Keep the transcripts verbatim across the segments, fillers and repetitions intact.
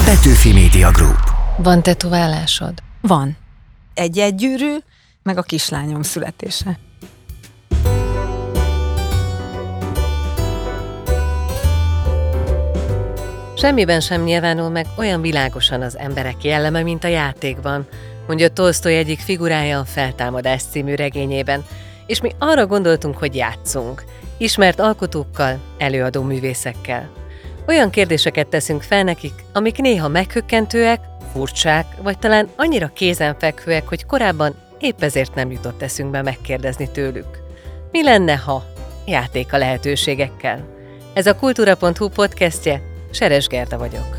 Petőfi Media Group. Van tetoválásod? Van. Egy-egy gyűrű, meg a kislányom születése. Semmiben sem nyilvánul meg olyan világosan az emberek jelleme, mint a játékban, mondja Tolsztoj egyik figurája a Feltámadás című regényében, és mi arra gondoltunk, hogy játszunk, ismert alkotókkal, előadó művészekkel. Olyan kérdéseket teszünk fel nekik, amik néha meghökkentőek, furcsák, vagy talán annyira kézenfekvőek, hogy korábban épp ezért nem jutott eszünkbe megkérdezni tőlük. Mi lenne, ha? Játék a lehetőségekkel. Ez a kultúra pont hu podcastje, Seres Gerda vagyok.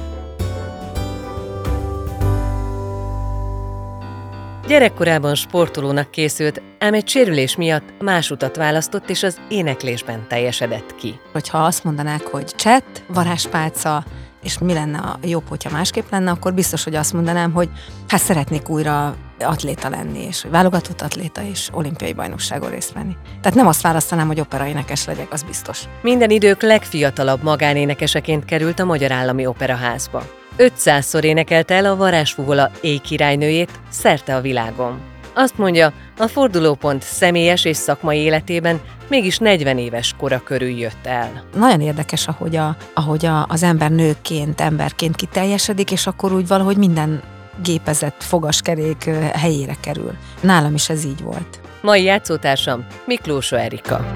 Gyerekkorában sportolónak készült, ám egy sérülés miatt más utat választott, és az éneklésben teljesedett ki. Hogyha azt mondanák, hogy csett, varázspálca, és mi lenne a jobb, hogyha másképp lenne, akkor biztos, hogy azt mondanám, hogy hát szeretnék újra atléta lenni, és hogy válogatott atléta, és olimpiai bajnokságon részt venni. Tehát nem azt választanám, hogy operaénekes legyek, az biztos. Minden idők legfiatalabb magánénekeseként került a Magyar Állami Operaházba. ötszázszor énekelte el a Varázsfuvola éjkirálynőjét szerte a világon. Azt mondja, a fordulópont személyes és szakmai életében mégis negyven éves kora körül jött el. Nagyon érdekes, ahogy, a, ahogy a, az ember nőként, emberként kiteljesedik, és akkor úgy valahogy minden gépezett fogaskerék helyére kerül. Nálam is ez így volt. Mai játszótársam Miklósó Erika.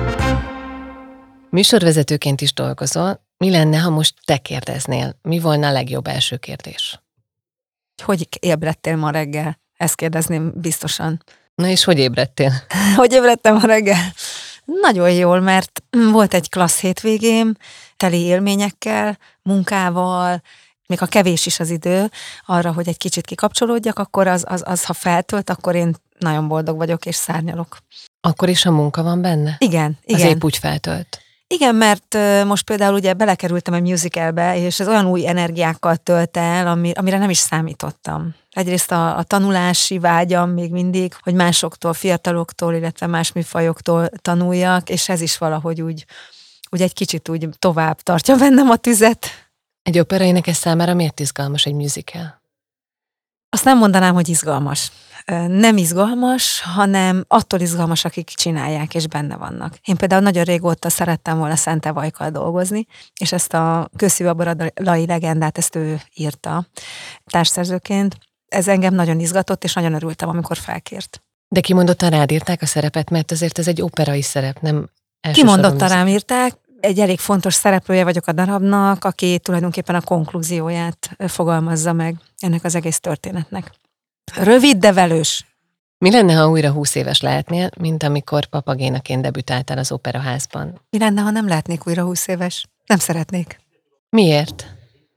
Műsorvezetőként is dolgozol. Mi lenne, ha most te kérdeznél? Mi volna a legjobb első kérdés? Hogy ébredtél ma reggel? Ezt kérdezném biztosan. Na és hogy ébredtél? Hogy ébredtem ma reggel? Nagyon jól, mert volt egy klassz hétvégém, teli élményekkel, munkával, még ha kevés is az idő arra, hogy egy kicsit kikapcsolódjak, akkor az, az, az ha feltölt, akkor én nagyon boldog vagyok és szárnyalok. Akkor is a munka van benne? Igen, igen. Az épp úgy feltölt. Igen, mert most például ugye belekerültem egy musicalbe, és ez olyan új energiákkal tölt el, ami, amire nem is számítottam. Egyrészt a, a tanulási vágyam még mindig, hogy másoktól, fiataloktól, illetve más műfajoktól tanuljak, és ez is valahogy úgy, úgy egy kicsit úgy tovább tartja bennem a tüzet. Egy operaénekes számára miért izgalmas egy musical? Azt nem mondanám, hogy izgalmas. Nem izgalmas, hanem attól izgalmas, akik csinálják és benne vannak. Én például nagyon régóta szerettem volna Szente Vajkkal dolgozni, és ezt a Kőszívabordalai legendát, ezt ő írta társszerzőként. Ez engem nagyon izgatott, és nagyon örültem, amikor felkért. De kimondottan rád írták a szerepet, mert azért ez egy operai szerep, nem elsősorban. Kimondottan rám írták. Egy elég fontos szereplője vagyok a darabnak, aki tulajdonképpen a konklúzióját fogalmazza meg ennek az egész történetnek. Rövid, de velős. Mi lenne, ha újra húsz éves lehetnél, mint amikor papagénaként debütáltál az operaházban? Mi lenne, ha nem lehetnék újra húsz éves? Nem szeretnék. Miért?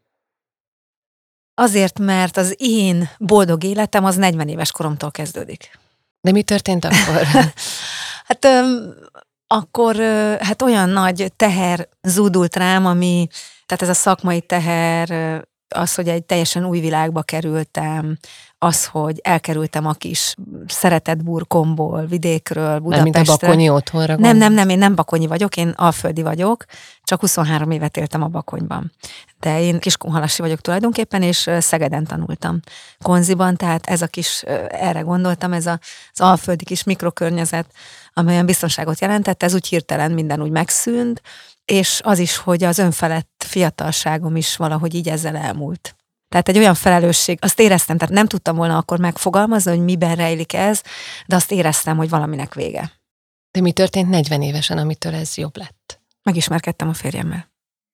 Azért, mert az én boldog életem az negyven éves koromtól kezdődik. De mi történt akkor? hát öm, akkor ö, hát olyan nagy teher zúdult rám, ami, tehát ez a szakmai teher, ö, az, hogy egy teljesen új világba kerültem, az, hogy elkerültem a kis szeretett burkomból, vidékről, Budapestre. Mint a bakonyi otthonra? Nem, nem, nem, én nem bakonyi vagyok, én alföldi vagyok, csak huszonhárom évet éltem a Bakonyban. De én kiskunhalasi vagyok tulajdonképpen, és Szegeden tanultam konziban, tehát ez a kis, erre gondoltam, ez a, az alföldi kis mikrokörnyezet, amelyen biztonságot jelentett, ez úgy hirtelen minden úgy megszűnt, és az is, hogy az önfelett fiatalságom is valahogy így ezzel elmúlt. Tehát egy olyan felelősség, azt éreztem, tehát nem tudtam volna akkor megfogalmazni, hogy miben rejlik ez, de azt éreztem, hogy valaminek vége. De mi történt negyven évesen, amitől ez jobb lett? Megismerkedtem a férjemmel.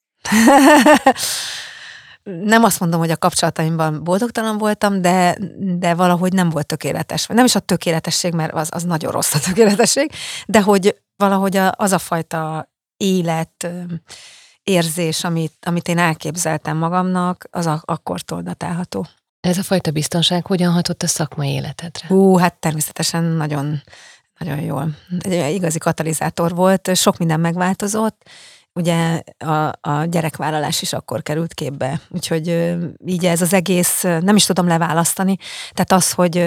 Nem azt mondom, hogy a kapcsolataimban boldogtalan voltam, de, de valahogy nem volt tökéletes. Nem is a tökéletesség, mert az, az nagyon rossz a tökéletesség, de hogy valahogy az a fajta élet érzés, amit, amit én elképzeltem magamnak, az a, akkortól datálható. Ez a fajta biztonság hogyan hatott a szakmai életedre? Hú, hát természetesen nagyon, nagyon jól. Egy igazi katalizátor volt, sok minden megváltozott. Ugye a, a gyerekvállalás is akkor került képbe, úgyhogy így ez az egész, nem is tudom leválasztani, tehát az, hogy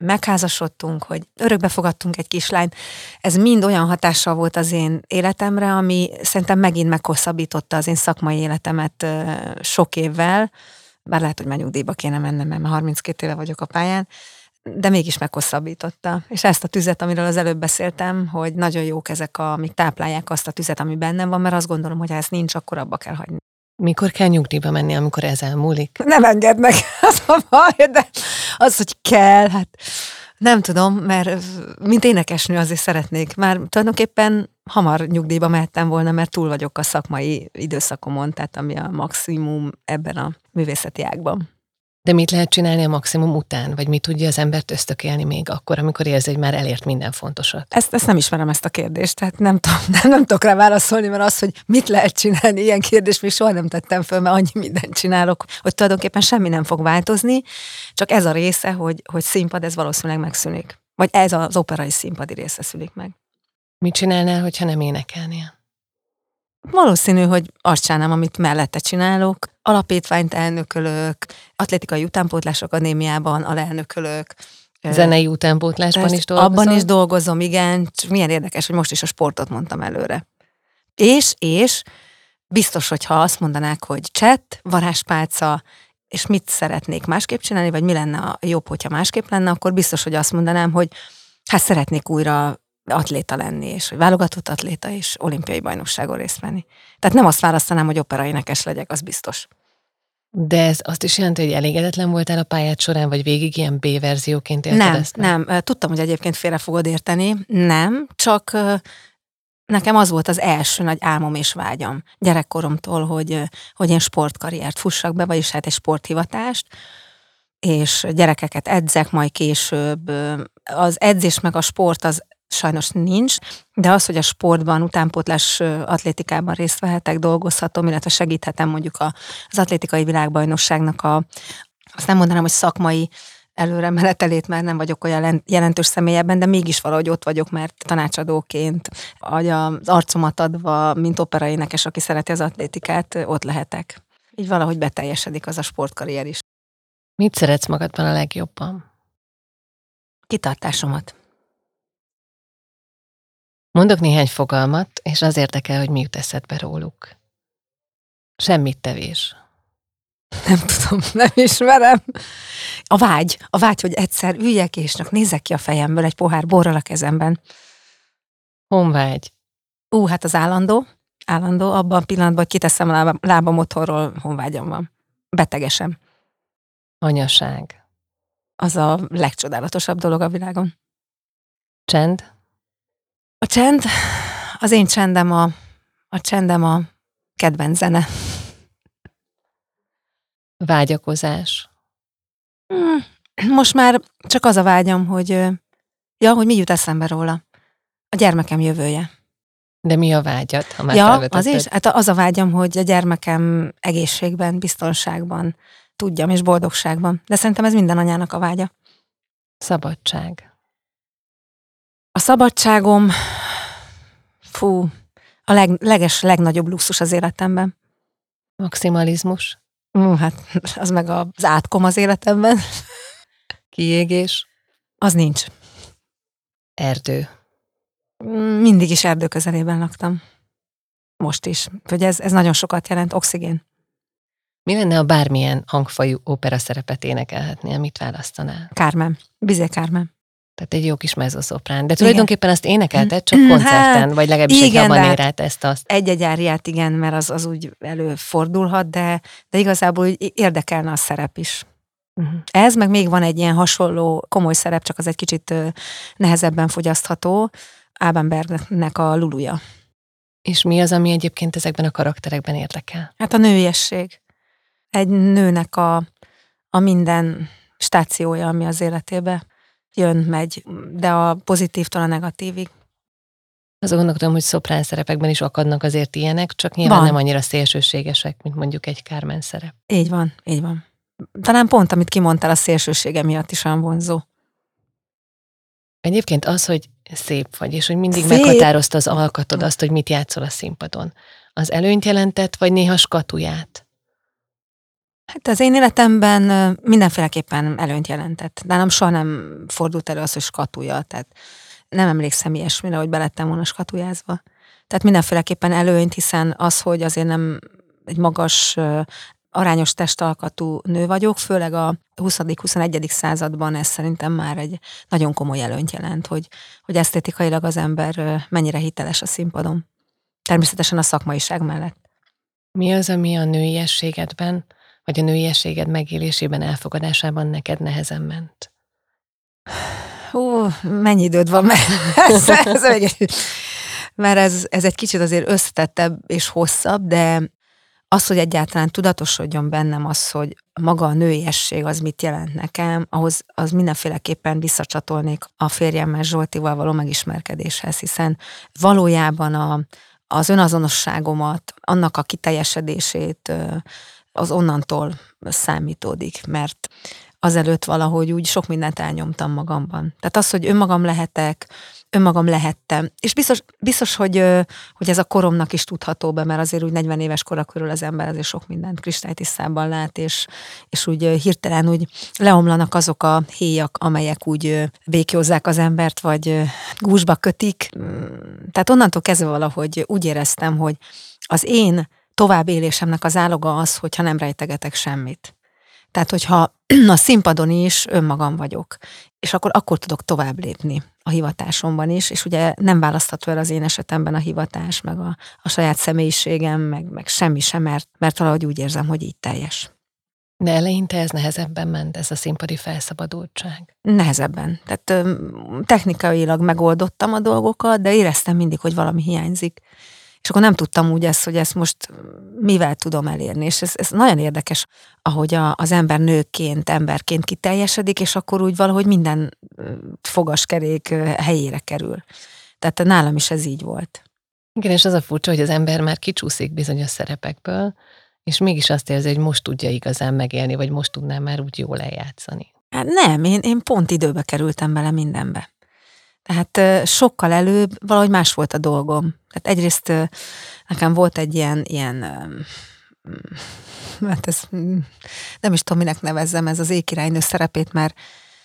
megházasodtunk, hogy örökbe fogadtunk egy kislányt. Ez mind olyan hatással volt az én életemre, ami szerintem megint meghosszabbította az én szakmai életemet sok évvel, bár lehet, hogy már nyugdíjba kéne mennem, mert már harminckét éve vagyok a pályán, de mégis meghosszabbította. És ezt a tüzet, amiről az előbb beszéltem, hogy nagyon jók ezek, amik táplálják azt a tüzet, ami bennem van, mert azt gondolom, hogy ha ez nincs, akkor abba kell hagyni. Mikor kell nyugdíjba menni, amikor ez elmúlik? Nem engednek, az a baj, de az, hogy kell, hát nem tudom, mert mint énekesnő azért szeretnék. Már tulajdonképpen hamar nyugdíjba mehettem volna, mert túl vagyok a szakmai időszakomon, tehát ami a maximum ebben a művészeti ágban. De mit lehet csinálni a maximum után? Vagy mit tudja az embert ösztökélni még akkor, amikor érzi, hogy már elért minden fontosat? Ezt, ezt nem ismerem, ezt a kérdést, tehát nem, tudom, nem, nem tudok rá válaszolni, mert az, hogy mit lehet csinálni, ilyen kérdést még soha nem tettem föl, mert annyi mindent csinálok, hogy tulajdonképpen semmi nem fog változni, csak ez a része, hogy, hogy színpad, ez valószínűleg megszűnik. Vagy ez az operai színpadi része szűnik meg. Mit csinálnál, hogyha nem énekelnél? Valószínű, hogy azt csinálom, amit mellette csinálok. Alapítványt elnökölök, atlétikai utánpótlás akadémiában alelnökölök. Zenei utánpótlásban is dolgozom? Abban is dolgozom, igen. Milyen érdekes, hogy most is a sportot mondtam előre. És, és biztos, hogyha azt mondanák, hogy chat, varázspálca, és mit szeretnék másképp csinálni, vagy mi lenne a jobb, hogyha másképp lenne, akkor biztos, hogy azt mondanám, hogy hát szeretnék újra atléta lenni, és hogy válogatott atléta, és olimpiai bajnokságon részt venni. Tehát nem azt választanám, hogy operaénekes legyek, az biztos. De ez azt is jelenti, hogy elégedetlen voltál a pályád során, vagy végig ilyen B-verzióként élted nem, ezt? Nem, nem. Tudtam, hogy egyébként félre fogod érteni. Nem, csak nekem az volt az első nagy álmom és vágyam gyerekkoromtól, hogy, hogy én sportkarriert fussak be, vagyis hát egy sporthivatást, és gyerekeket edzek majd később. Az edzés meg a sport az sajnos nincs, de az, hogy a sportban, utánpótlás atlétikában részt vehetek, dolgozhatom, illetve segíthetem mondjuk az atlétikai világbajnokságnak a, azt nem mondanám, hogy szakmai előre menetelét, mert nem vagyok olyan jelentős személy ebben, de mégis valahogy ott vagyok, mert tanácsadóként, vagy az arcomat adva, mint operaénekes, aki szereti az atlétikát, ott lehetek. Így valahogy beteljesedik az a sportkarrier is. Mit szeretsz magadban a legjobban? Kitartásomat. Mondok néhány fogalmat, és az érdekel, hogy mi jut eszedbe róluk. Semmit tevés. Nem tudom, nem ismerem. A vágy, a vágy, hogy egyszer üljek és csak nézzek ki a fejemből egy pohár borral a kezemben. Honvágy. Ú, hát az állandó, állandó, abban a pillanatban, hogy kiteszem a lábam, lábam otthonról, honvágyam van. Betegesem. Anyaság. Az a legcsodálatosabb dolog a világon. Csend. A csend, az én csendem a, a csendem a kedvenc zene. Vágyakozás. Most már csak az a vágyam, hogy, ja, hogy mi jut eszembe róla. A gyermekem jövője. De mi a vágyad, ha már ja, felvetetted? az is. Hát az a vágyam, hogy a gyermekem egészségben, biztonságban tudjam, és boldogságban. De szerintem ez minden anyának a vágya. Szabadság. A szabadságom, fú, a leg, leges, legnagyobb luxus az életemben. Maximalizmus. Ú, hát az meg az átkom az életemben. Kiégés. Az nincs. Erdő. Mindig is erdő közelében laktam. Most is. Hogy ez, ez nagyon sokat jelent, oxigén. Mi lenne, ha bármilyen hangfajú opera szerepet énekelhetnél? Mit választanál? Carmen. Bizé Carmen. Tehát egy jó kis mezzoszoprán. De tulajdonképpen azt énekelted csak koncerten, hát, vagy legalábbis egy habanéret ezt azt. Egy-egy áriát igen, mert az, az úgy előfordulhat, de, de igazából érdekelne a szerep is. Uh-huh. Ez, meg még van egy ilyen hasonló komoly szerep, csak az egy kicsit nehezebben fogyasztható, Abenbergnek a Luluja. És mi az, ami egyébként ezekben a karakterekben érdekel? Hát a nőiesség. Egy nőnek a, a minden stációja, ami az életébe jön, megy, de a pozitívtól a negatívig. Azon gondolkodom, hogy szoprán szerepekben is akadnak azért ilyenek, csak nyilván van. Nem annyira szélsőségesek, mint mondjuk egy Carmen szerep. Így van, így van. Talán pont, amit kimondtál, a szélsősége miatt is olyan vonzó. Egyébként az, hogy szép vagy, és hogy mindig szép. Meghatározta az alkatod azt, hogy mit játszol a színpadon. Az előnyt jelentett, vagy néha skatuját? Hát az én életemben mindenféleképpen előnyt jelentett. Nálam soha nem fordult elő az, hogy skatulja, tehát nem emlékszem ilyesmire, hogy belettem volna skatujázva. Tehát mindenféleképpen előnyt, hiszen az, hogy azért nem egy magas, arányos testalkatú nő vagyok, főleg a huszadik-huszonegyedik században ez szerintem már egy nagyon komoly előnyt jelent, hogy, hogy esztétikailag az ember mennyire hiteles a színpadon. Természetesen a szakmaiság mellett. Mi az, ami a nőiességedben, vagy a nőiességed megélésében, elfogadásában neked nehezen ment? Hú, mennyi időd van, mert ez, ez, mert ez, ez egy kicsit azért összetettebb és hosszabb, de az, hogy egyáltalán tudatosodjon bennem az, hogy maga a nőiesség az mit jelent nekem, ahhoz az mindenféleképpen visszacsatolnék a férjemmel, Zsoltival való megismerkedéshez, hiszen valójában a, az önazonosságomat, annak a kiteljesedését az onnantól számítódik, mert azelőtt valahogy úgy sok mindent elnyomtam magamban. Tehát az, hogy önmagam lehetek, önmagam lehettem. És biztos, biztos hogy, hogy ez a koromnak is tudható be, mert azért úgy negyven éves kora körül az ember azért sok mindent kristálytisztában lát, és, és úgy hirtelen úgy leomlanak azok a héjak, amelyek úgy békjózzák az embert, vagy gúzsba kötik. Tehát onnantól kezdve valahogy úgy éreztem, hogy az én tovább élésemnek az áloga az, hogyha nem rejtegetek semmit. Tehát, hogyha a színpadon is önmagam vagyok, és akkor, akkor tudok tovább lépni a hivatásomban is, és ugye nem választható el az én esetemben a hivatás, meg a, a saját személyiségem, meg, meg semmi sem, mert, mert valahogy úgy érzem, hogy így teljes. De eleinte ez nehezebben ment, ez a színpadi felszabadultság? Nehezebben. Tehát technikailag megoldottam a dolgokat, de éreztem mindig, hogy valami hiányzik. És akkor nem tudtam úgy ezt, hogy ezt most mivel tudom elérni. És ez, ez nagyon érdekes, ahogy a, az ember nőként, emberként kiteljesedik, és akkor úgy valahogy minden fogaskerék helyére kerül. Tehát nálam is ez így volt. Igen, és az a furcsa, hogy az ember már kicsúszik bizonyos szerepekből, és mégis azt érzi, hogy most tudja igazán megélni, vagy most tudná már úgy jól eljátszani. Hát nem, én, én pont időbe kerültem bele mindenbe. Tehát sokkal előbb valahogy más volt a dolgom. Tehát egyrészt nekem volt egy ilyen, ilyen hát ez, nem is tudom, minek nevezzem, ez az ékkirálynő szerepét, mert,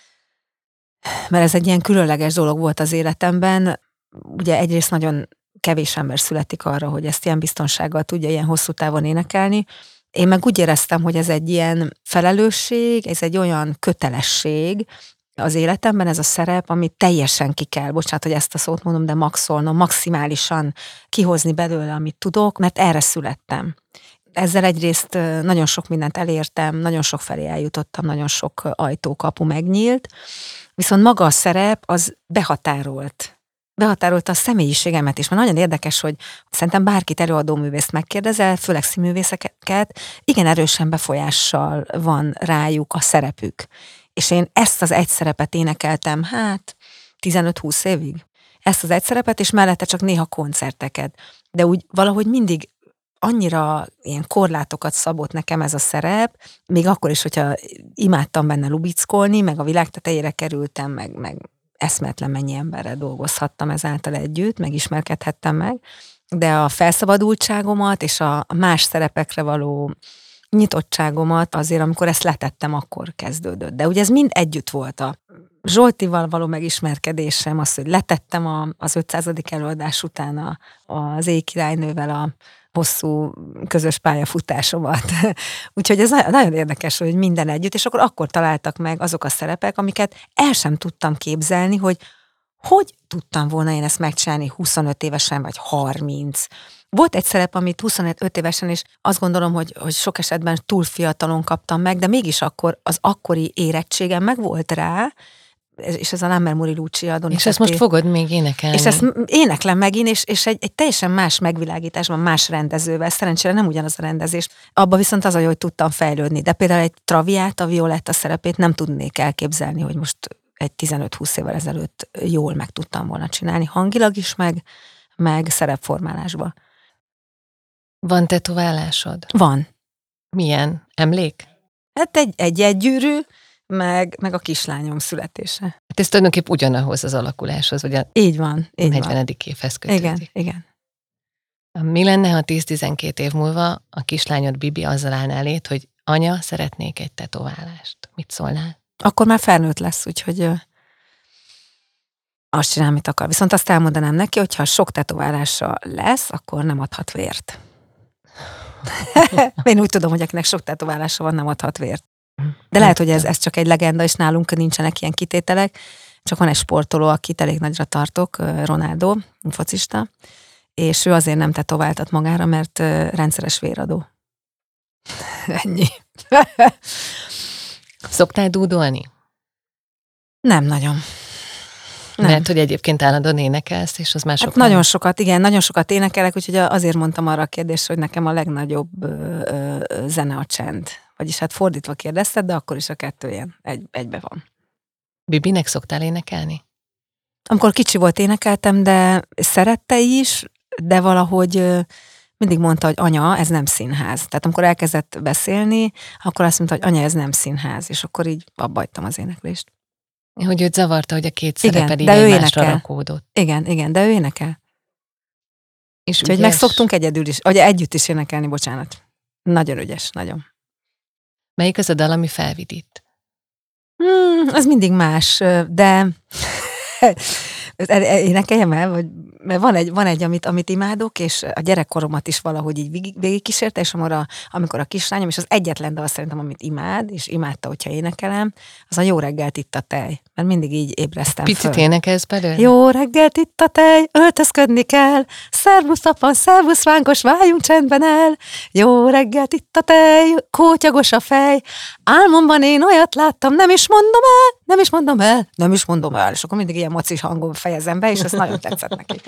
mert ez egy ilyen különleges dolog volt az életemben. Ugye egyrészt nagyon kevés ember születik arra, hogy ezt ilyen biztonsággal tudja ilyen hosszú távon énekelni. Én meg úgy éreztem, hogy ez egy ilyen felelősség, ez egy olyan kötelesség, az életemben ez a szerep, amit teljesen ki kell, bocsánat, hogy ezt a szót mondom, de maxolnom, maximálisan kihozni belőle, amit tudok, mert erre születtem. Ezzel egyrészt nagyon sok mindent elértem, nagyon sok felé eljutottam, nagyon sok ajtókapu megnyílt, viszont maga a szerep az behatárolt. Behatárolta a személyiségemet is, mert nagyon érdekes, hogy szerintem bárkit előadóművészt megkérdezel, főleg színművészeket, igen erősen befolyással van rájuk a szerepük. És én ezt az egy szerepet énekeltem, hát tizenöt-húsz évig. Ezt az egy szerepet, és mellette csak néha koncerteket. De úgy valahogy mindig annyira ilyen korlátokat szabott nekem ez a szerep, még akkor is, hogyha imádtam benne lubickolni, meg a világ tetejére kerültem, meg, meg eszméletlen mennyi emberrel dolgozhattam ezáltal együtt, meg ismerkedhettem meg, de a felszabadultságomat és a más szerepekre való nyitottságomat azért, amikor ezt letettem, akkor kezdődött. De ugye ez mind együtt volt a Zsoltival való megismerkedésem, az, hogy letettem a, az ötszázadik előadás után a, az Éjkirálynővel a hosszú közös pályafutásomat. Úgyhogy ez nagyon érdekes, hogy minden együtt, és akkor akkor találtak meg azok a szerepek, amiket el sem tudtam képzelni, hogy hogy tudtam volna én ezt megcsinálni huszonöt évesen, vagy harminc. Volt egy szerep, amit huszonöt évesen, és azt gondolom, hogy, hogy sok esetben túl fiatalon kaptam meg, de mégis akkor az akkori érettségem meg volt rá, és ez a Lammer Muri Lucia Donizetti. És ezt most fogod még énekelni. És ezt éneklem megint, és, és egy, egy teljesen más megvilágításban, más rendezővel. Szerencsére nem ugyanaz a rendezés. Abba viszont az, hogy tudtam fejlődni. De például egy Traviát, a Violetta szerepét nem tudnék elképzelni, hogy most egy tizenöt-húsz évvel ezelőtt jól meg tudtam volna csinálni. Hangilag is, meg, meg szerepformálásba. Van tetoválásod? Van. Milyen? Emlék? Hát egy, egy egygyűrű, meg, meg a kislányom születése. Hát ez tulajdonképp ugyanahoz az alakuláshoz, hogy a így van, így negyvenedik évhez kötődik. Igen, igen. Mi lenne, ha tíz-tizenkét év múlva a kislányod Bibi azzal állná elét, hogy anya, szeretnék egy tetoválást. Mit szólnál? Akkor már felnőtt lesz, úgyhogy ö, azt csinál, amit akar. Viszont azt elmondanám neki, hogy ha sok tetoválása lesz, akkor nem adhat vért. Én úgy tudom, hogy akinek sok tetoválása van, nem adhat vért. De lehet, hogy ez, ez csak egy legenda, és nálunk nincsenek ilyen kitételek. Csak van egy sportoló, akit elég nagyra tartok, Ronaldo, focista, és ő azért nem tetováltat magára, mert rendszeres véradó. Ennyi. Szoktál dúdolni? Nem nagyon. Nem. Mert hogy egyébként állandóan énekelsz, és az már Hát sokkal... nagyon sokat, igen, nagyon sokat énekelek, úgyhogy azért mondtam arra a kérdést, hogy nekem a legnagyobb ö, ö, zene a csend. Vagyis hát fordítva kérdezted, de akkor is a kettő ilyen egy, egybe van. Bibinek szoktál énekelni? Amikor kicsi volt, énekeltem, de szerette is, de valahogy ö, mindig mondta, hogy anya, ez nem színház. Tehát amikor elkezdett beszélni, akkor azt mondta, hogy anya, ez nem színház, és akkor így abbajtam az éneklést. Hogy őt zavarta, hogy a két Igen, szereped így de ő egymásra énekel. rakódott. Igen, igen, de ő énekel. És Úgyhogy ügyes. meg szoktunk egyedül is, vagy együtt is énekelni, bocsánat. Nagyon ügyes, nagyon. Melyik az a dal, ami felvidít? Hmm, az mindig más, de énekeljem el, vagy mert van egy, van egy amit, amit imádok, és a gyerekkoromat is valahogy így végig, végigkísérte, és amikor a, amikor a kislányom, és az egyetlen dal szerintem, amit imád, és imádta, hogyha énekelem, az a Jó reggelt itt a tej, mert mindig így ébreztem Picit föl. énekelsz belőle? Jó reggelt itt a tej, öltözködni kell, szervusz apa, szervusz vánkos, váljunk csendben el. Jó reggelt itt a tej, kótyagos a fej, álmomban én olyat láttam, nem is mondom el, nem is mondom el, nem is mondom el, és akkor mindig ilyen mocis hangon fejezem be, és ez nagyon tetszett neki.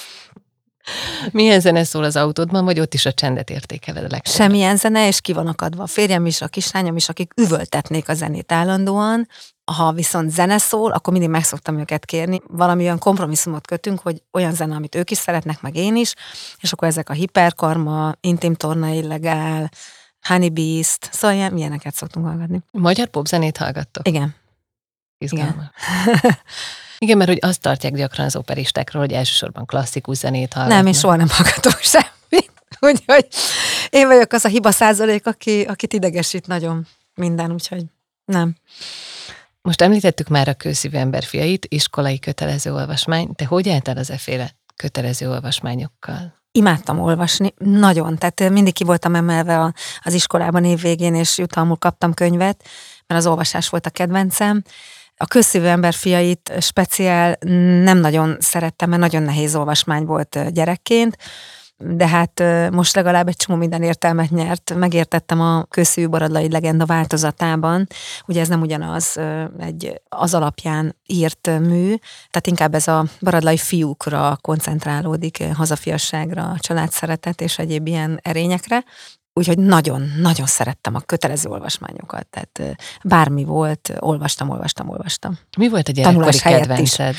Milyen zene szól az autódban, vagy ott is a csendet értékeled a legtöbbet? Semmilyen zene, és ki van akadva. A férjem is, a kislányom is, akik üvöltetnék a zenét állandóan. Ha viszont zene szól, akkor mindig meg szoktam őket kérni. Valami olyan kompromisszumot kötünk, hogy olyan zene, amit ők is szeretnek, meg én is, és akkor ezek a Hiperkarma, Intim Torna Illegál, Honey Beast, szóval ilyen, ilyeneket szoktunk hallgatni. Magyar popzenét hallgattok? Igen. Izgalmas. Igen. Igen, mert hogy azt tartják gyakran az operistákról, hogy elsősorban klasszikus zenét hallgatnak. Nem, én soha nem hallgatok semmit. Úgyhogy én vagyok az a hiba százalék, aki, akit idegesít nagyon minden, úgyhogy nem. Most említettük már a Kőszívű ember fiait, iskolai kötelező olvasmány. Te hogy álltál az efféle kötelező olvasmányokkal? Imádtam olvasni, nagyon, tehát mindig ki voltam emelve a, az iskolában évvégén, és jutalmul kaptam könyvet, mert az olvasás volt a kedvencem. A Kőszívű ember fiait speciál nem nagyon szerettem, mert nagyon nehéz olvasmány volt gyerekként, de hát most legalább egy csomó minden értelmet nyert. Megértettem a Kőszívű Baradlai legenda változatában, ugye ez nem ugyanaz egy az alapján írt mű, tehát inkább ez a baradlai fiúkra koncentrálódik, hazafiasságra, családszeretet és egyéb ilyen erényekre. Úgyhogy nagyon-nagyon szerettem a kötelező olvasmányokat, tehát bármi volt, olvastam, olvastam, olvastam. Mi volt a gyerekkori kedvenced?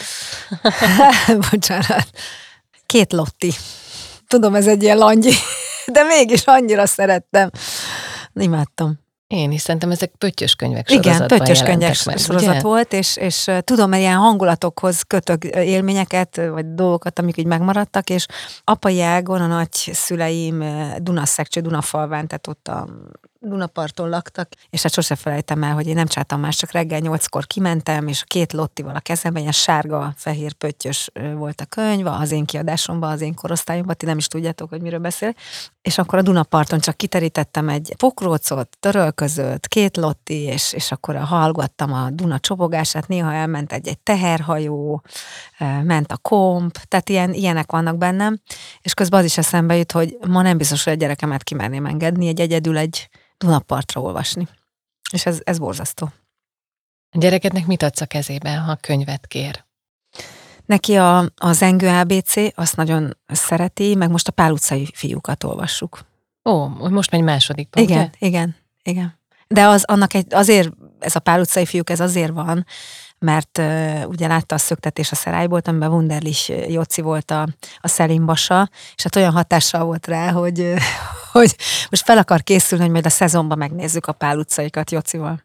Bocsánat. Két Lotti. Tudom, ez egy ilyen langyi, de mégis annyira szerettem. Imádtam. Én is szerintem ezek pöttyös könyvek Igen, sorozatban pöttyös könyvek meg, sorozat ugye? volt, és, és tudom, mert ilyen hangulatokhoz kötök élményeket, vagy dolgokat, amik így megmaradtak, és apai ágon a nagyszüleim Dunaszekcső, Dunafalván, tehát ott a Dunaparton laktak, és hát sose felejtem el, hogy én nem csináltam más, csak reggel nyolckor kimentem, és a két Lottival a kezemben, ilyen sárga, fehér pöttyös volt a könyv, az én kiadásomban, az én korosztályomban, ti nem is tudjátok, hogy miről beszél. És akkor a Dunaparton csak kiterítettem egy pokrócot, törölközőt, két Lotti, és, és akkor hallgattam a Duna csobogását, néha elment egy, egy teherhajó, ment a komp, tehát ilyen, ilyenek vannak bennem, és közben az is eszembe jut, hogy ma nem biztos, hogy a gyerekemet kimerném engedni, egy egyedül egy Dunapartra olvasni. És ez, ez borzasztó. A gyerekednek mit adsz a kezébe, ha könyvet kér? Neki a, a Zengő á bé cé, azt nagyon szereti, meg most a Pál utcai fiúkat olvassuk. Ó, most megy másodikba, Igen, ugye? igen, igen. De az, annak egy, azért, ez a Pál utcai fiúk, ez azért van, mert uh, ugye látta a Szöktetés a Szerályból, amiben Wunderlich Jóci volt a, a Szelimbasa, és hát olyan hatással volt rá, hogy, uh, hogy most fel akar készülni, hogy majd a szezonban megnézzük a Pál utcaikat Jócival.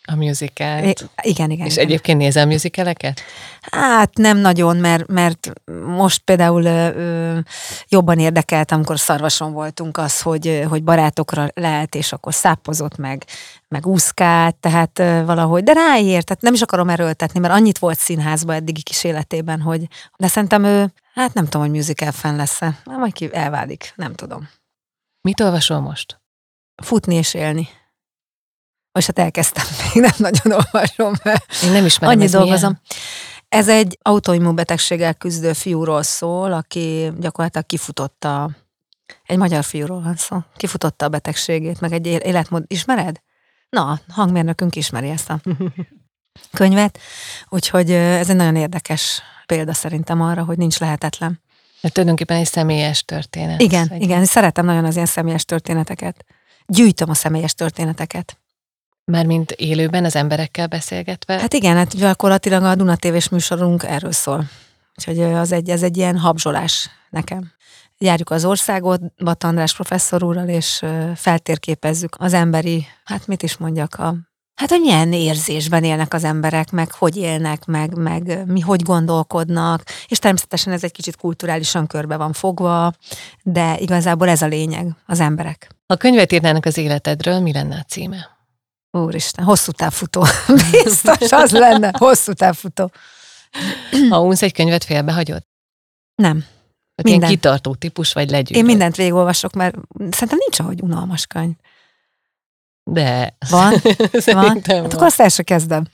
A musicalt. Igen, igen. És igen. egyébként nézel musicaleket? Hát nem nagyon, mert, mert most például ö, ö, jobban érdekelt, amikor Szarvason voltunk az, hogy, hogy barátokra lehet, és akkor szápozott meg, meg úszkált, tehát ö, valahogy, de ráért, tehát nem is akarom erőltetni, mert annyit volt színházban eddigi kis életében, hogy, de szerintem ő, hát nem tudom, hogy musical fan lesz-e, majd ki elválik, nem tudom. Mit olvasol most? Futni és élni. Most hát elkezdtem, még nem nagyon olvasom, mert Én nem ismerem, annyi ez dolgozom. milyen? Ez egy autoimmun betegséggel küzdő fiúról szól, aki gyakorlatilag kifutotta, egy magyar fiúról van szó, kifutotta a betegségét, meg egy életmód. Ismered? Na, hangmérnökünk ismeri ezt a könyvet, úgyhogy ez egy nagyon érdekes példa szerintem arra, hogy nincs lehetetlen. De tulajdonképpen egy személyes történet. Igen, egy... igen, szeretem nagyon az ilyen személyes történeteket. Gyűjtöm a személyes történeteket. Mármint élőben az emberekkel beszélgetve? Hát igen, hát gyakorlatilag a Duna tévés műsorunk erről szól. Úgyhogy az egy, ez egy ilyen habzsolás nekem. Járjuk az országot Bata András professzor úrral, és feltérképezzük az emberi, hát mit is mondjak, a, hát hogy milyen érzésben élnek az emberek, meg hogy élnek, meg, meg mi hogy gondolkodnak, és természetesen ez egy kicsit kulturálisan körbe van fogva, de igazából ez a lényeg, az emberek. Ha könyvet írnának az életedről, mi lenne a címe? Úristen, hosszú távfutó. Biztos az lenne, hosszú távfutó. Ha unsz egy könyvet, félbehagyod? Nem. Hát ilyen kitartó típus, vagy legyűröd? Én mindent végigolvasok, mert szerintem nincs ahogy unalmas könyv. De. Van? Van? Hát van. akkor azt el se kezdem.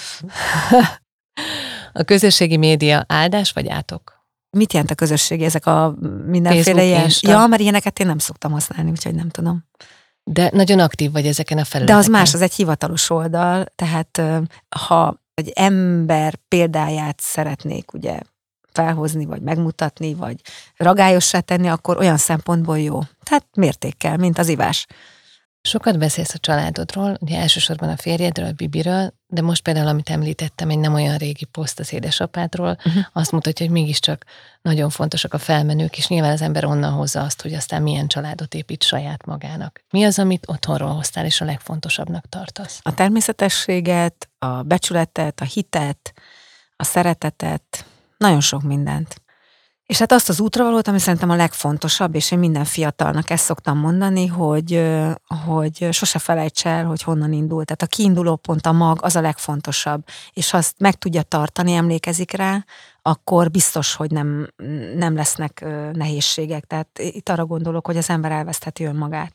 A közösségi média áldás vagy átok? Mit jelent a közösségi? Ezek a mindenféle Facebook, ilyen... Insta. Ja, mert ilyeneket én nem szoktam használni, úgyhogy nem tudom. De nagyon aktív vagy ezeken a felületeken. De az más, az egy hivatalos oldal, tehát ha egy ember példáját szeretnék ugye felhozni, vagy megmutatni, vagy ragályossá tenni, akkor olyan szempontból jó. Tehát mértékkel, mint az ivás. Sokat beszélsz a családodról, ugye elsősorban a férjedről, a Bibiről, de most például, amit említettem, egy nem olyan régi poszt az édesapádról, uh-huh. azt mutatja, hogy mégiscsak nagyon fontosak a felmenők, és nyilván az ember onnan hozza azt, hogy aztán milyen családot épít saját magának. Mi az, amit otthonról hoztál, és a legfontosabbnak tartasz? A természetességet, a becsületet, a hitet, a szeretetet, nagyon sok mindent. És hát azt az útravalót, ami szerintem a legfontosabb, és én minden fiatalnak ezt szoktam mondani, hogy, hogy sose felejts el, hogy honnan indult. Tehát a kiinduló pont, a mag, az a legfontosabb. És ha azt meg tudja tartani, emlékezik rá, akkor biztos, hogy nem, nem lesznek nehézségek. Tehát itt arra gondolok, hogy az ember elvesztheti önmagát.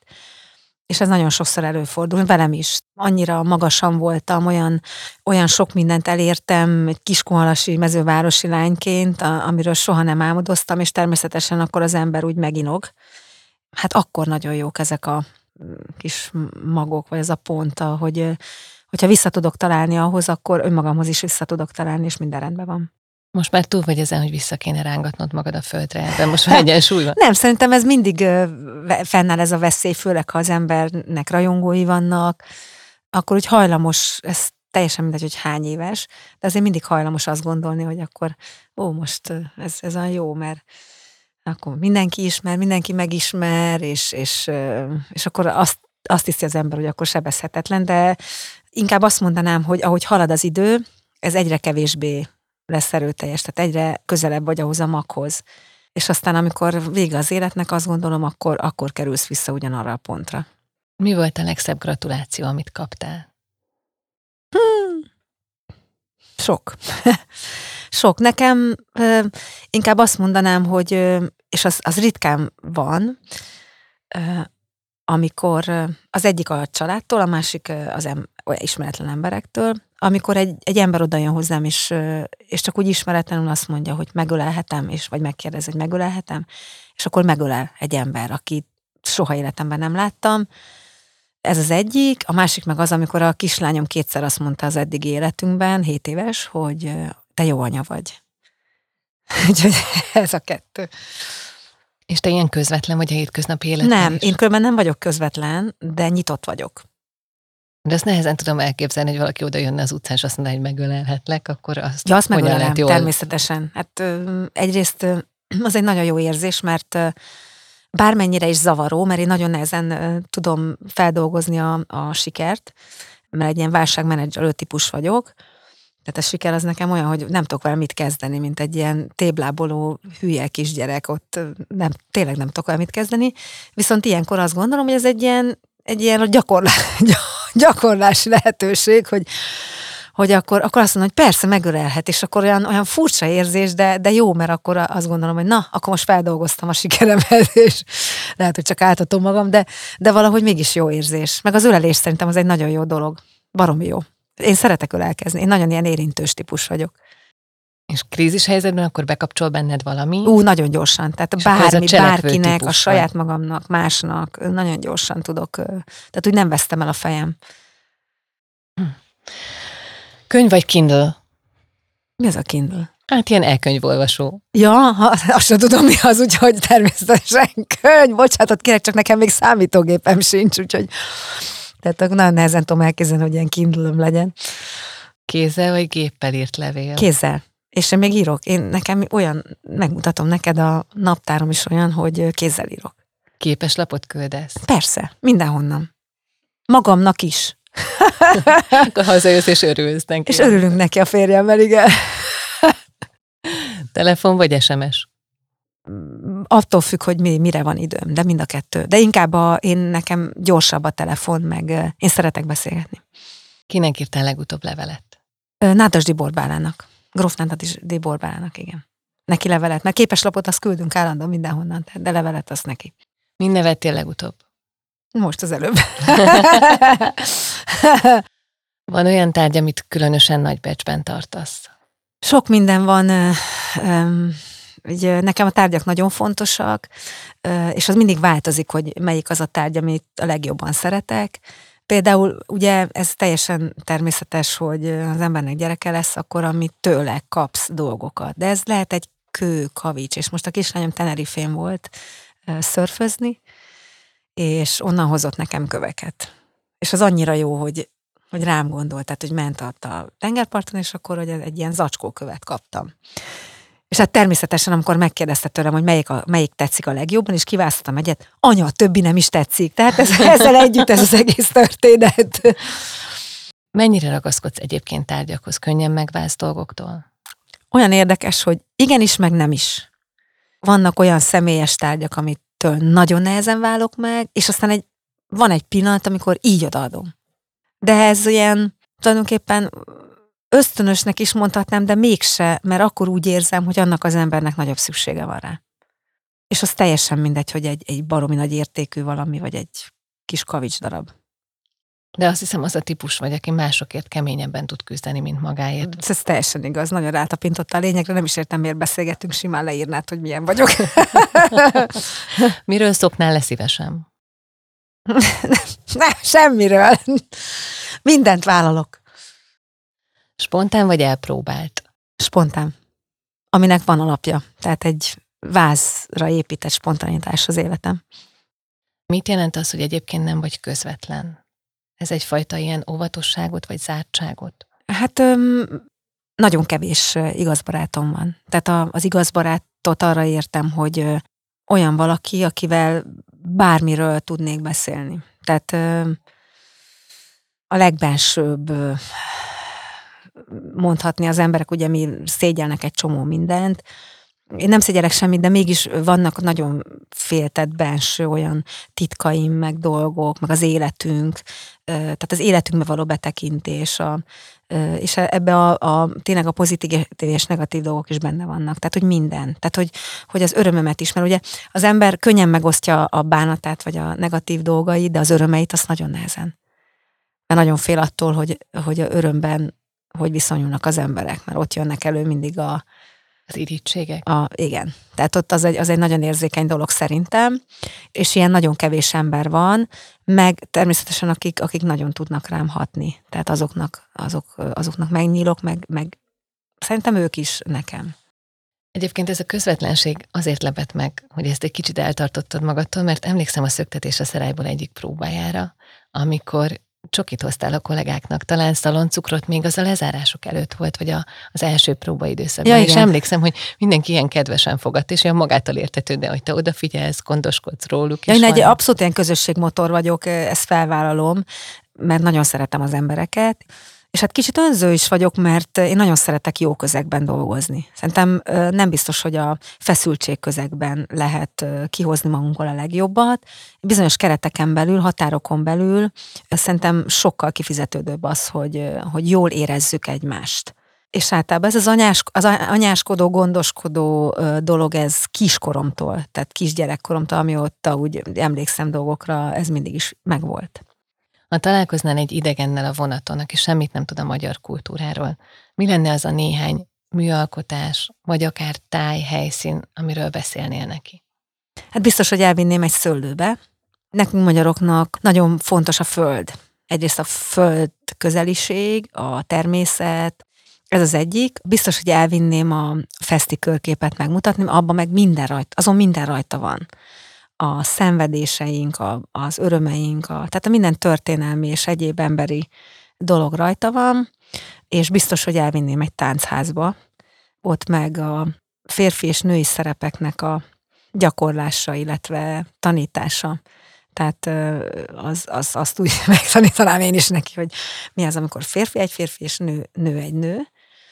És ez nagyon sokszor előfordul, velem is. Annyira magasan voltam, olyan, olyan sok mindent elértem egy kiskunhalasi mezővárosi lányként, amiről soha nem álmodoztam, és természetesen akkor az ember úgy meginog. Hát akkor nagyon jók ezek a kis magok, vagy ez a pont, hogy hogyha vissza tudok találni ahhoz, akkor önmagamhoz is vissza tudok találni, és minden rendben van. Most már túl vagy ezen, hogy vissza kéne rángatnod magad a földre, ebben most már egyensúly van. Nem, szerintem ez mindig fennáll ez a veszély, főleg ha az embernek rajongói vannak, akkor úgy hajlamos, ez teljesen mindegy, hogy hány éves, de azért mindig hajlamos azt gondolni, hogy akkor ó, most ez, ez olyan jó, mert akkor mindenki ismer, mindenki megismer, és, és, és akkor azt, azt hiszi az ember, hogy akkor sebezhetetlen, de inkább azt mondanám, hogy ahogy halad az idő, ez egyre kevésbé lesz erőteljes, tehát egyre közelebb vagy ahhoz a maghoz. És aztán, amikor vége az életnek, azt gondolom, akkor, akkor kerülsz vissza ugyanarra a pontra. Mi volt a legszebb gratuláció, amit kaptál? Hmm. Sok. Sok. Nekem euh, inkább azt mondanám, hogy, euh, és az, az ritkán van, euh, amikor euh, az egyik a családtól, a másik euh, az em- ismeretlen emberektől, amikor egy, egy ember oda jön hozzám, és, és csak úgy ismeretlenül azt mondja, hogy megölelhetem, és vagy megkérdez, hogy megölelhetem, és akkor megölel egy ember, akit soha életemben nem láttam. Ez az egyik, a másik meg az, amikor a kislányom kétszer azt mondta az eddigi életünkben, hét éves, hogy te jó anya vagy. Úgyhogy ez a kettő. És te ilyen közvetlen vagy a hétköznapi életben Nem, is? én különben nem vagyok közvetlen, de nyitott vagyok. De azt nehezen tudom elképzelni, hogy valaki oda jönne az utcán, és azt mondaná, hogy megölelhetlek, akkor azt Ja, azt hogyan megölelem, lehet jól... természetesen. Hát ö, egyrészt ö, az egy nagyon jó érzés, mert ö, bármennyire is zavaró, mert én nagyon nehezen ö, tudom feldolgozni a, a sikert, mert egy ilyen válságmenedzselő típus vagyok. Tehát a siker az nekem olyan, hogy nem tudok vele mit kezdeni, mint egy ilyen tébláboló hülye kisgyerek, ott nem, tényleg nem tudok vele mit kezdeni. Viszont ilyenkor azt gondolom, hogy ez egy ilyen, egy ilyen gyakorlás, gyakorlási lehetőség, hogy, hogy akkor, akkor azt mondom, hogy persze megölelhet, és akkor olyan, olyan furcsa érzés, de, de jó, mert akkor azt gondolom, hogy na, akkor most feldolgoztam a sikeremet, és lehet, hogy csak áltatom magam, de, de valahogy mégis jó érzés. Meg az ölelés szerintem az egy nagyon jó dolog. Baromi jó. Én szeretek ölelkezni, én nagyon ilyen érintős típus vagyok. És krízis helyzetben akkor bekapcsol benned valami? Ú, nagyon gyorsan. Tehát bármi, bárkinek, a saját magamnak, másnak, nagyon gyorsan tudok. Tehát úgy nem vesztem el a fejem. Hm. Könyv vagy Kindle? Mi az a Kindle? Hát ilyen elkönyvolvasó. Ja, ha, azt sem tudom mi az, úgyhogy természetesen könyv. Bocsánat, kérek, csak nekem még számítógépem sincs, úgyhogy tehát nagyon nehezen tudom elképzelni, hogy ilyen Kindle-öm legyen. Kézzel vagy géppel írt levél? Kézzel. És én még írok. Én nekem olyan, megmutatom neked, a naptárom is olyan, hogy kézzel írok. Képeslapot küldesz? Persze, mindenhonnan. Magamnak is. Akkor hazajössz és örülsz neki. És örülünk neki a férjemmel, igen. Telefon vagy es em es? Attól függ, hogy mi, mire van időm, de mind a kettő. De inkább a, én nekem gyorsabb a telefon, meg én szeretek beszélgetni. Kinek írtál legutóbb levelet? Nádas Borbálának. Gróf Nádas Borbálának, igen. Neki levelet, mert képeslapot azt küldünk állandóan mindenhonnan, de levelet azt neki. Mind nevettél legutóbb? Most az előbb. Van olyan tárgy, amit különösen nagy becsben tartasz? Sok minden van. Ugye nekem a tárgyak nagyon fontosak, és az mindig változik, hogy melyik az a tárgy, amit a legjobban szeretek. Például ugye ez teljesen természetes, hogy az embernek gyereke lesz, akkor amit tőle kapsz dolgokat. De ez lehet egy kő, kavics, és most a kislányom Tenerifén volt szörfözni, és onnan hozott nekem köveket. És az annyira jó, hogy, hogy rám gondolt, tehát hogy ment a tengerparton, és akkor hogy egy ilyen zacskókövet kaptam. És hát természetesen, amikor megkérdezte tőlem, hogy melyik, a, melyik tetszik a legjobban, és kiválasztottam egyet, anya, a többi nem is tetszik. Tehát ez, ezzel együtt ez az egész történet. Mennyire ragaszkodsz egyébként tárgyakhoz? Könnyen megválsz dolgoktól? Olyan érdekes, hogy igenis, meg nem is. Vannak olyan személyes tárgyak, amitől nagyon nehezen válok meg, és aztán egy, van egy pillanat, amikor így odaadom. De ez olyan tulajdonképpen ösztönösnek is mondhatnám, de mégse, mert akkor úgy érzem, hogy annak az embernek nagyobb szüksége van rá. És az teljesen mindegy, hogy egy, egy baromi nagy értékű valami, vagy egy kis kavics darab. De azt hiszem, az a típus vagy, aki másokért keményebben tud küzdeni, mint magáért. Ez, ez teljesen igaz, nagyon rátapintotta a lényegre, nem is értem, miért beszélgetünk, simán leírnád, hogy milyen vagyok. Miről szoknál le szívesen? Nem, semmiről. Mindent vállalok. Spontán vagy elpróbált? Spontán. Aminek van alapja. Tehát egy vázra épített spontanitás az életem. Mit jelent az, hogy egyébként nem vagy közvetlen? Ez egyfajta ilyen óvatosságot vagy zártságot? Hát öm, nagyon kevés igaz barátom van. Tehát a, az igaz barátot arra értem, hogy ö, olyan valaki, akivel bármiről tudnék beszélni. Tehát ö, a legbensőbb ö, mondhatni az emberek, ugye mi szégyelnek egy csomó mindent. Én nem szégyelek semmit, de mégis vannak nagyon féltett benső olyan titkaim, meg dolgok, meg az életünk, tehát az életünkbe való betekintés, a, és ebbe a, a, tényleg a pozitív és negatív dolgok is benne vannak. Tehát, hogy minden. Tehát, hogy, hogy az örömömet is, mert ugye az ember könnyen megosztja a bánatát, vagy a negatív dolgait, de az örömeit azt nagyon nehezen. Mert nagyon fél attól, hogy, hogy a örömben hogy viszonyulnak az emberek, mert ott jönnek elő mindig a az irítségek. A, igen. Tehát ott az egy, az egy nagyon érzékeny dolog szerintem, és ilyen nagyon kevés ember van, meg természetesen akik, akik nagyon tudnak rám hatni. Tehát azoknak, azok, azoknak megnyílok, meg, meg szerintem ők is nekem. Egyébként ez a közvetlenség azért lepett meg, hogy ezt egy kicsit eltartottad magadtól, mert emlékszem a Szöktetés a Szerályból egyik próbájára, amikor csokit hoztál a kollégáknak, talán szaloncukrot még az a lezárások előtt volt, vagy a, az első próbaidőszakban. Ja, és emlékszem, hogy mindenki ilyen kedvesen fogadt, és olyan magától értető, de hogy te odafigyelsz, gondoskodsz róluk. Ja, én egy abszolút ilyen közösségmotor vagyok, ezt felvállalom. mert nagyon szeretem az embereket, és hát kicsit önző is vagyok, mert én nagyon szeretek jó közegben dolgozni. Szerintem nem biztos, hogy a feszültség közegben lehet kihozni magunkból a legjobbat. Bizonyos kereteken belül, határokon belül szerintem sokkal kifizetődőbb az, hogy, hogy jól érezzük egymást. És általában ez az, anyás, az anyáskodó, gondoskodó dolog, ez kiskoromtól, tehát kisgyerekkoromtól, amióta úgy emlékszem dolgokra, ez mindig is megvolt. Ha találkoznál egy idegennel a vonaton, aki semmit nem tud a magyar kultúráról, mi lenne az a néhány műalkotás, vagy akár táj, helyszín, amiről beszélnél neki? Hát biztos, hogy elvinném egy szőlőbe. Nekünk magyaroknak nagyon fontos a föld. Egyrészt a föld közeliség, a természet, ez az egyik. Biztos, hogy elvinném a feszti körképet megmutatni, abban meg minden rajta, azon minden rajta van. A szenvedéseink, a, az örömeink, a, tehát a minden történelmi és egyéb emberi dolog rajta van, és biztos, hogy elvinném egy táncházba, ott meg a férfi és női szerepeknek a gyakorlása, illetve tanítása. Tehát az, az, azt úgy megtanítanám én is neki, hogy mi az, amikor férfi egy férfi és nő, nő egy nő.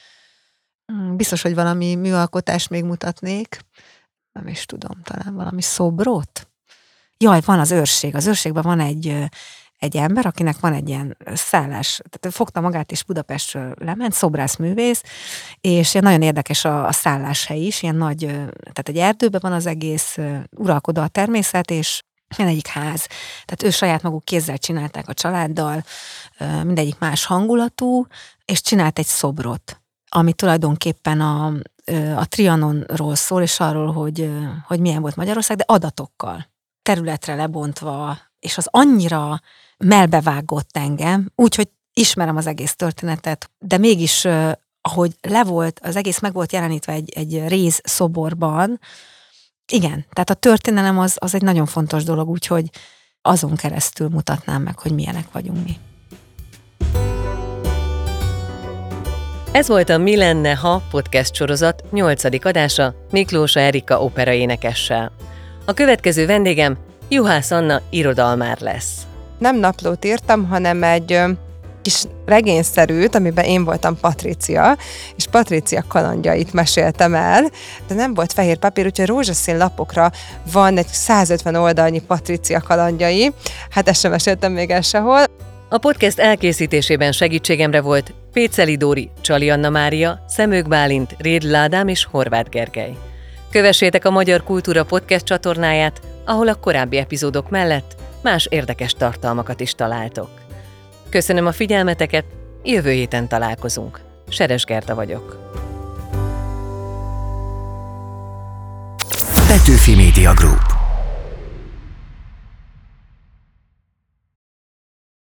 Biztos, hogy valami műalkotást még mutatnék. Nem is tudom, talán valami szobrot. Jaj, van az őrség. Az őrségben van egy, egy ember, akinek van egy ilyen szállás, tehát fogta magát és Budapestről lement, szobrászművész, és nagyon érdekes a, a szálláshely is, ilyen nagy, tehát egy erdőben van az egész, uralkodó a természet, és mindegyik ház. Tehát ő saját maguk kézzel csinálták a családdal, mindegyik más hangulatú, és csinált egy szobrot, ami tulajdonképpen a, a Trianonról szól, és arról, hogy, hogy milyen volt Magyarország, de adatokkal, területre lebontva, és az annyira melbevágott engem, úgyhogy ismerem az egész történetet, de mégis, ahogy le volt, az egész meg volt jelenítve egy, egy réz szoborban, igen, tehát a történelem az, az egy nagyon fontos dolog, úgyhogy azon keresztül mutatnám meg, hogy milyenek vagyunk mi. Ez volt a Mi lenne, ha podcast sorozat nyolcadik adása Miklósa Erika operaénekessel. A következő vendégem Juhász Anna irodalmár lesz. Nem naplót írtam, hanem egy kis regényszerűt, amiben én voltam Patricia, és Patricia kalandjait meséltem el, de nem volt fehér papír, úgyhogy rózsaszín lapokra van egy százötven oldalnyi Patricia kalandjai. Hát ezt sem meséltem még el sehol. A podcast elkészítésében segítségemre volt Péceli Dóri, Csali Anna Mária, Szemők Bálint, Rédl Ádám és Horváth Gergely. Kövessétek a Magyar Kultúra Podcast csatornáját, ahol a korábbi epizódok mellett más érdekes tartalmakat is találtok. Köszönöm a figyelmeteket, jövő héten találkozunk. Seres Gerda vagyok. Petőfi Media Group.